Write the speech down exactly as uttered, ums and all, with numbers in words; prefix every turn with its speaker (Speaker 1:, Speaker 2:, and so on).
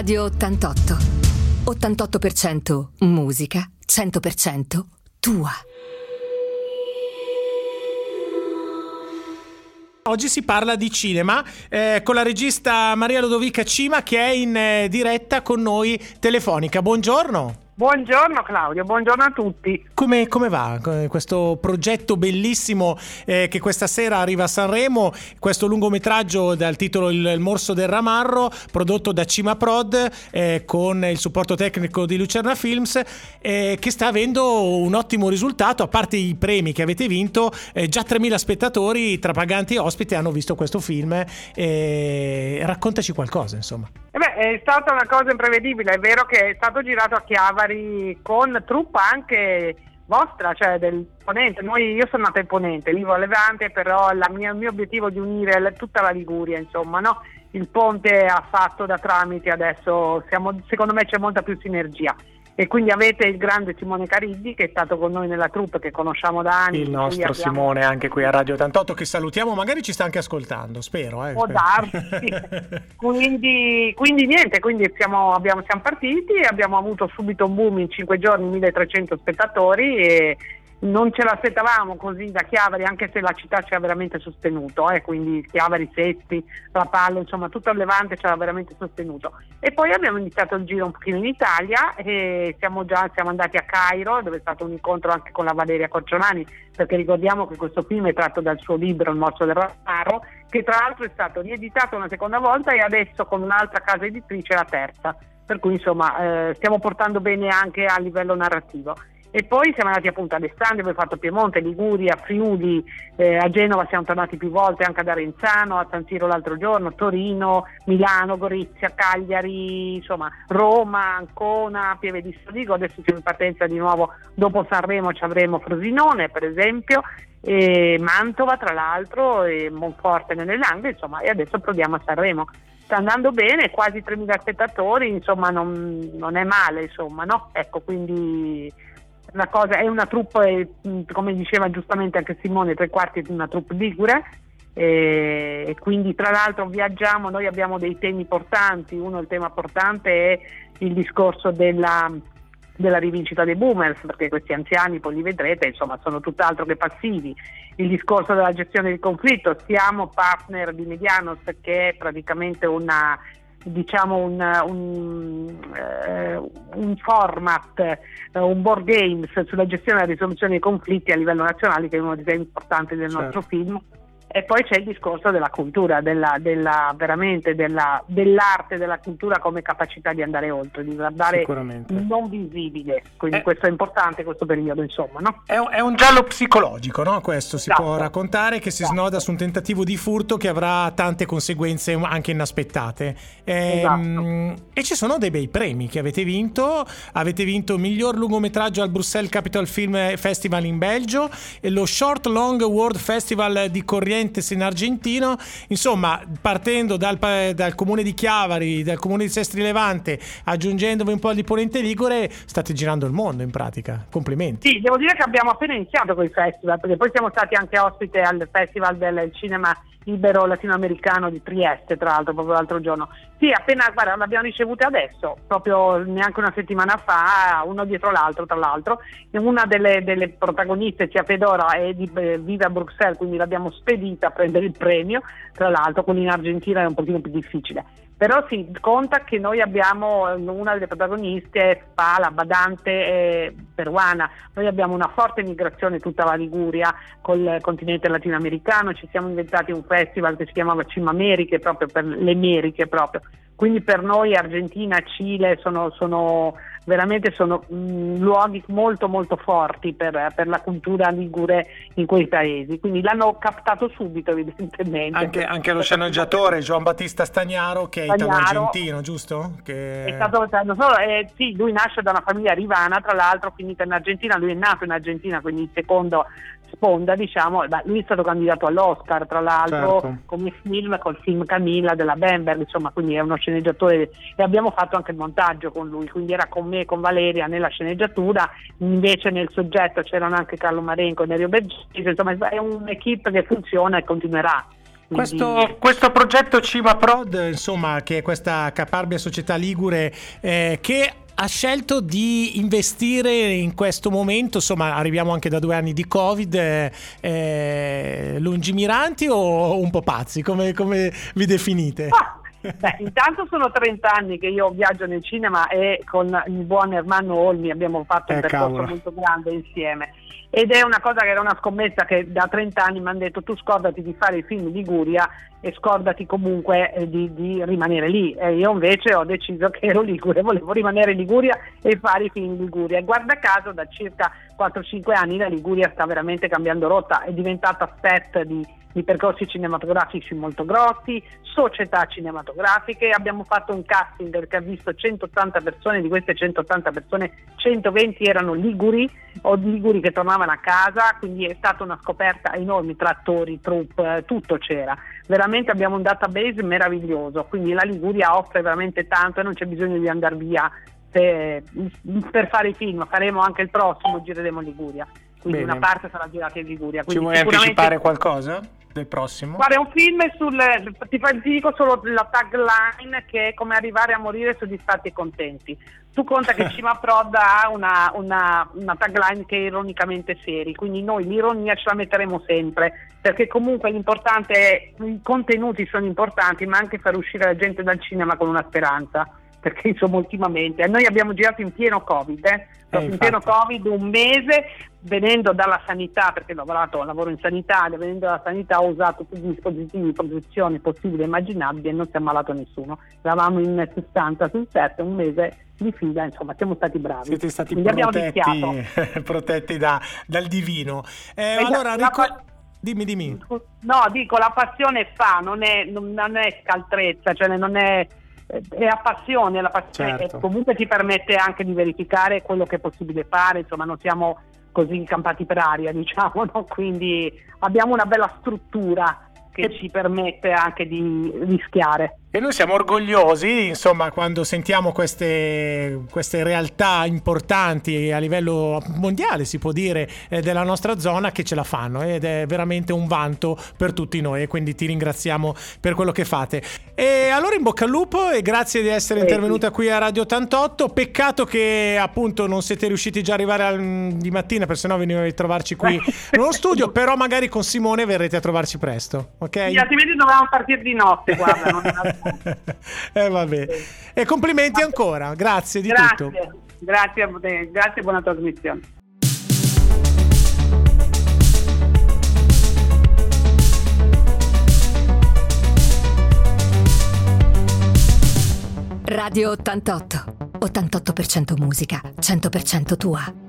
Speaker 1: Radio ottantotto. ottantotto per cento musica, cento per cento tua.
Speaker 2: Oggi si parla di cinema eh, con la regista Maria Lodovica Cima, che è in eh, diretta con noi telefonica. Buongiorno.
Speaker 3: Buongiorno Claudio, buongiorno a tutti.
Speaker 2: Come, come va questo progetto bellissimo eh, che questa sera arriva a Sanremo, questo lungometraggio dal titolo Il, il morso del ramarro, prodotto da Cima Prod eh, con il supporto tecnico di Lucerna Films, eh, che sta avendo un ottimo risultato, a parte i premi che avete vinto. Eh, già tremila spettatori tra paganti e ospiti hanno visto questo film. Eh, raccontaci qualcosa, insomma.
Speaker 3: Eh beh, è stata una cosa imprevedibile, è vero che è stato girato a Chiavari con truppa anche vostra, cioè del Ponente. Noi, io sono nata in Ponente, vivo a Levante, però la mia, il mio obiettivo è di unire la, tutta la Liguria, insomma, no? Il ponte ha fatto da tramite, adesso siamo, secondo me c'è molta più sinergia. E quindi avete il grande Simone Cariddi, che è stato con noi nella troupe, che conosciamo da anni.
Speaker 2: Il nostro abbiamo... Simone, anche qui a Radio ottantotto, che salutiamo, magari ci sta anche ascoltando, spero. Eh,
Speaker 3: Può
Speaker 2: spero.
Speaker 3: darsi. quindi, quindi niente, quindi siamo, abbiamo, siamo partiti e abbiamo avuto subito un boom in cinque giorni, milletrecento spettatori, e non ce l'aspettavamo così da Chiavari, anche se la città ci ha veramente sostenuto, eh, quindi Chiavari, Sesti, Rapallo, insomma tutto il Levante ci ha veramente sostenuto. E poi abbiamo iniziato il giro un pochino in Italia e siamo già siamo andati a Cairo, dove è stato un incontro anche con la Valeria Corciolani, perché ricordiamo che questo film è tratto dal suo libro Il morso del ramarro, che tra l'altro è stato rieditato una seconda volta e adesso con un'altra casa editrice la terza, per cui insomma eh, stiamo portando bene anche a livello narrativo. E poi siamo andati appunto ad Alessandria, abbiamo fatto Piemonte, Liguria, Friuli, eh, a Genova siamo tornati più volte, anche ad Arenzano, a San Siro l'altro giorno, Torino, Milano, Gorizia, Cagliari, insomma Roma, Ancona, Pieve di Sodigo. Adesso siamo in partenza di nuovo, dopo Sanremo ci avremo Frosinone per esempio, e Mantova tra l'altro, e Monforte nelle Langhe, insomma, e adesso proviamo a Sanremo. Sta andando bene, quasi tremila spettatori, insomma non, non è male, insomma, no? Ecco, quindi la cosa è una troupe, come diceva giustamente anche Simone, tre quarti di una troupe ligure, e, e quindi tra l'altro viaggiamo, noi abbiamo dei temi portanti. Uno, il tema portante è il discorso della della rivincita dei boomers, perché questi anziani, poi li vedrete, insomma sono tutt'altro che passivi. Il discorso della gestione del conflitto, siamo partner di Medianos, che è praticamente una diciamo un, un, eh, un format, eh, un board games sulla gestione e la risoluzione dei conflitti a livello nazionale, che è uno dei temi importanti del
Speaker 2: certo.
Speaker 3: nostro film. E poi c'è il discorso della cultura, della, della veramente della, dell'arte, della cultura come capacità di andare oltre, di guardare non visibile, quindi eh, questo è importante, questo periodo, insomma, no?
Speaker 2: È un, è un giallo psicologico, no? Questo si
Speaker 3: esatto.
Speaker 2: può raccontare, che si
Speaker 3: esatto.
Speaker 2: snoda su un tentativo di furto che avrà tante conseguenze anche inaspettate. E,
Speaker 3: esatto.
Speaker 2: e ci sono dei bei premi che avete vinto. Avete vinto miglior lungometraggio al Bruxelles Capital Film Festival in Belgio e lo Short Long World Festival di Corrientes in Argentino. Insomma, partendo dal, dal comune di Chiavari, dal comune di Sestri Levante, aggiungendovi un po' di Ponente Ligure, state girando il mondo in pratica. Complimenti.
Speaker 3: Sì, devo dire che abbiamo appena iniziato con il festival, perché poi siamo stati anche ospite al Festival del Cinema Ibero Latinoamericano di Trieste, tra l'altro proprio l'altro giorno. Sì, appena, guarda, l'abbiamo ricevute adesso, proprio neanche una settimana fa, uno dietro l'altro, tra l'altro. E una delle, delle protagoniste, Cia Fedora, è di, eh, vive a Bruxelles, quindi l'abbiamo spedita a prendere il premio, tra l'altro, quello in Argentina è un pochino più difficile. Però si conta che noi abbiamo una delle protagoniste, fa la badante eh, peruana. Noi abbiamo una forte migrazione tutta la Liguria col continente latinoamericano, ci siamo inventati un festival che si chiamava Cima Americhe, proprio per le Americhe proprio. Quindi per noi Argentina, Cile sono, sono veramente sono mh, luoghi molto molto forti per, per la cultura ligure in quei paesi, quindi l'hanno captato subito evidentemente.
Speaker 2: Anche, anche lo sceneggiatore Gian Battista Stagnaro, che è italo-argentino, giusto? Che...
Speaker 3: È stato, non so, eh, sì, lui nasce da una famiglia rivana, tra l'altro finita in Argentina, lui è nato in Argentina, quindi il secondo sponda, diciamo. Beh, lui è stato candidato all'Oscar, tra l'altro, certo. come film, col film Camilla della Bamberg, insomma, quindi è uno sceneggiatore, e abbiamo fatto anche il montaggio con lui, quindi era con me, con Valeria nella sceneggiatura, invece nel soggetto c'erano anche Carlo Marenco e Nerio Bergesi, insomma è un'equipe che funziona e continuerà.
Speaker 2: Questo, questo progetto Cimaprod, insomma, che è questa caparbia società ligure eh, che ha scelto di investire in questo momento, insomma arriviamo anche da due anni di Covid, eh, eh, lungimiranti o un po' pazzi, come, come vi definite?
Speaker 3: Ah, beh, intanto sono trenta anni che io viaggio nel cinema e con il buon Ermanno Olmi abbiamo fatto un
Speaker 2: eh,
Speaker 3: percorso
Speaker 2: cavolo.
Speaker 3: molto grande insieme, ed è una cosa che era una scommessa che da trenta anni mi hanno detto: tu scordati di fare i film in Liguria e scordati comunque eh, di, di rimanere lì, e io invece ho deciso che ero ligure, volevo rimanere in Liguria e fare i film in Liguria, e guarda caso da circa quattro cinque anni la Liguria sta veramente cambiando rotta, è diventata set di di percorsi cinematografici molto grossi, società cinematografiche. Abbiamo fatto un casting che ha visto centottanta persone, di queste centottanta persone centoventi erano liguri o liguri che tornavano a casa, quindi è stata una scoperta enorme tra attori, troupe, tutto c'era. Veramente abbiamo un database meraviglioso, quindi la Liguria offre veramente tanto e non c'è bisogno di andare via per, per fare i film. Faremo anche il prossimo, gireremo in Liguria. Quindi
Speaker 2: Bene.
Speaker 3: Una parte sarà girata in Liguria.
Speaker 2: Ci vuoi
Speaker 3: sicuramente...
Speaker 2: anticipare qualcosa del prossimo?
Speaker 3: Guarda, è un film sul, ti, ti dico solo la tagline, che è come arrivare a morire soddisfatti e contenti. Tu conta che Cimaprod ha una, una, una tagline che è ironicamente seri, quindi noi l'ironia ce la metteremo sempre, perché comunque l'importante è, i contenuti sono importanti, ma anche far uscire la gente dal cinema con una speranza, perché insomma ultimamente noi abbiamo girato in pieno Covid, eh?
Speaker 2: Eh,
Speaker 3: in pieno Covid un mese, venendo dalla sanità, perché ho lavorato, lavoro in sanità, venendo dalla sanità ho usato tutti i dispositivi di protezione possibili e immaginabili e non si è ammalato nessuno. Eravamo in sessanta sul set, un mese di fila, insomma siamo stati bravi.
Speaker 2: Siete stati
Speaker 3: Quindi
Speaker 2: protetti, protetti da, dal divino. Eh,
Speaker 3: Esatto,
Speaker 2: allora,
Speaker 3: la
Speaker 2: ricor-
Speaker 3: pa-
Speaker 2: dimmi, dimmi.
Speaker 3: No, dico, la passione fa, non è, non, non è scaltrezza, cioè non è... è a passione, la passione
Speaker 2: Certo.
Speaker 3: e comunque ti permette anche di verificare quello che è possibile fare, insomma non siamo così campati per aria, diciamo, no? Quindi abbiamo una bella struttura che
Speaker 2: E-
Speaker 3: ci permette anche di rischiare.
Speaker 2: E noi siamo orgogliosi, insomma, quando sentiamo queste, queste realtà importanti a livello mondiale, si può dire, eh, della nostra zona, che ce la fanno, ed è veramente un vanto per tutti noi, e quindi ti ringraziamo per quello che fate. E allora in bocca al lupo e grazie di essere
Speaker 3: Sì.
Speaker 2: intervenuta qui a Radio ottantotto. Peccato che appunto non siete riusciti già ad arrivare al, di mattina, per sennò veniva a trovarci qui nello studio, però magari con Simone verrete a trovarci presto, ok?
Speaker 3: Sì, altrimenti dovevamo partire di notte, guarda. Non era...
Speaker 2: eh vabbè. E complimenti ancora, grazie di
Speaker 3: grazie,
Speaker 2: tutto.
Speaker 3: grazie, a te, grazie e buona trasmissione.
Speaker 1: Radio ottantotto. ottantotto per cento musica, cento per cento tua.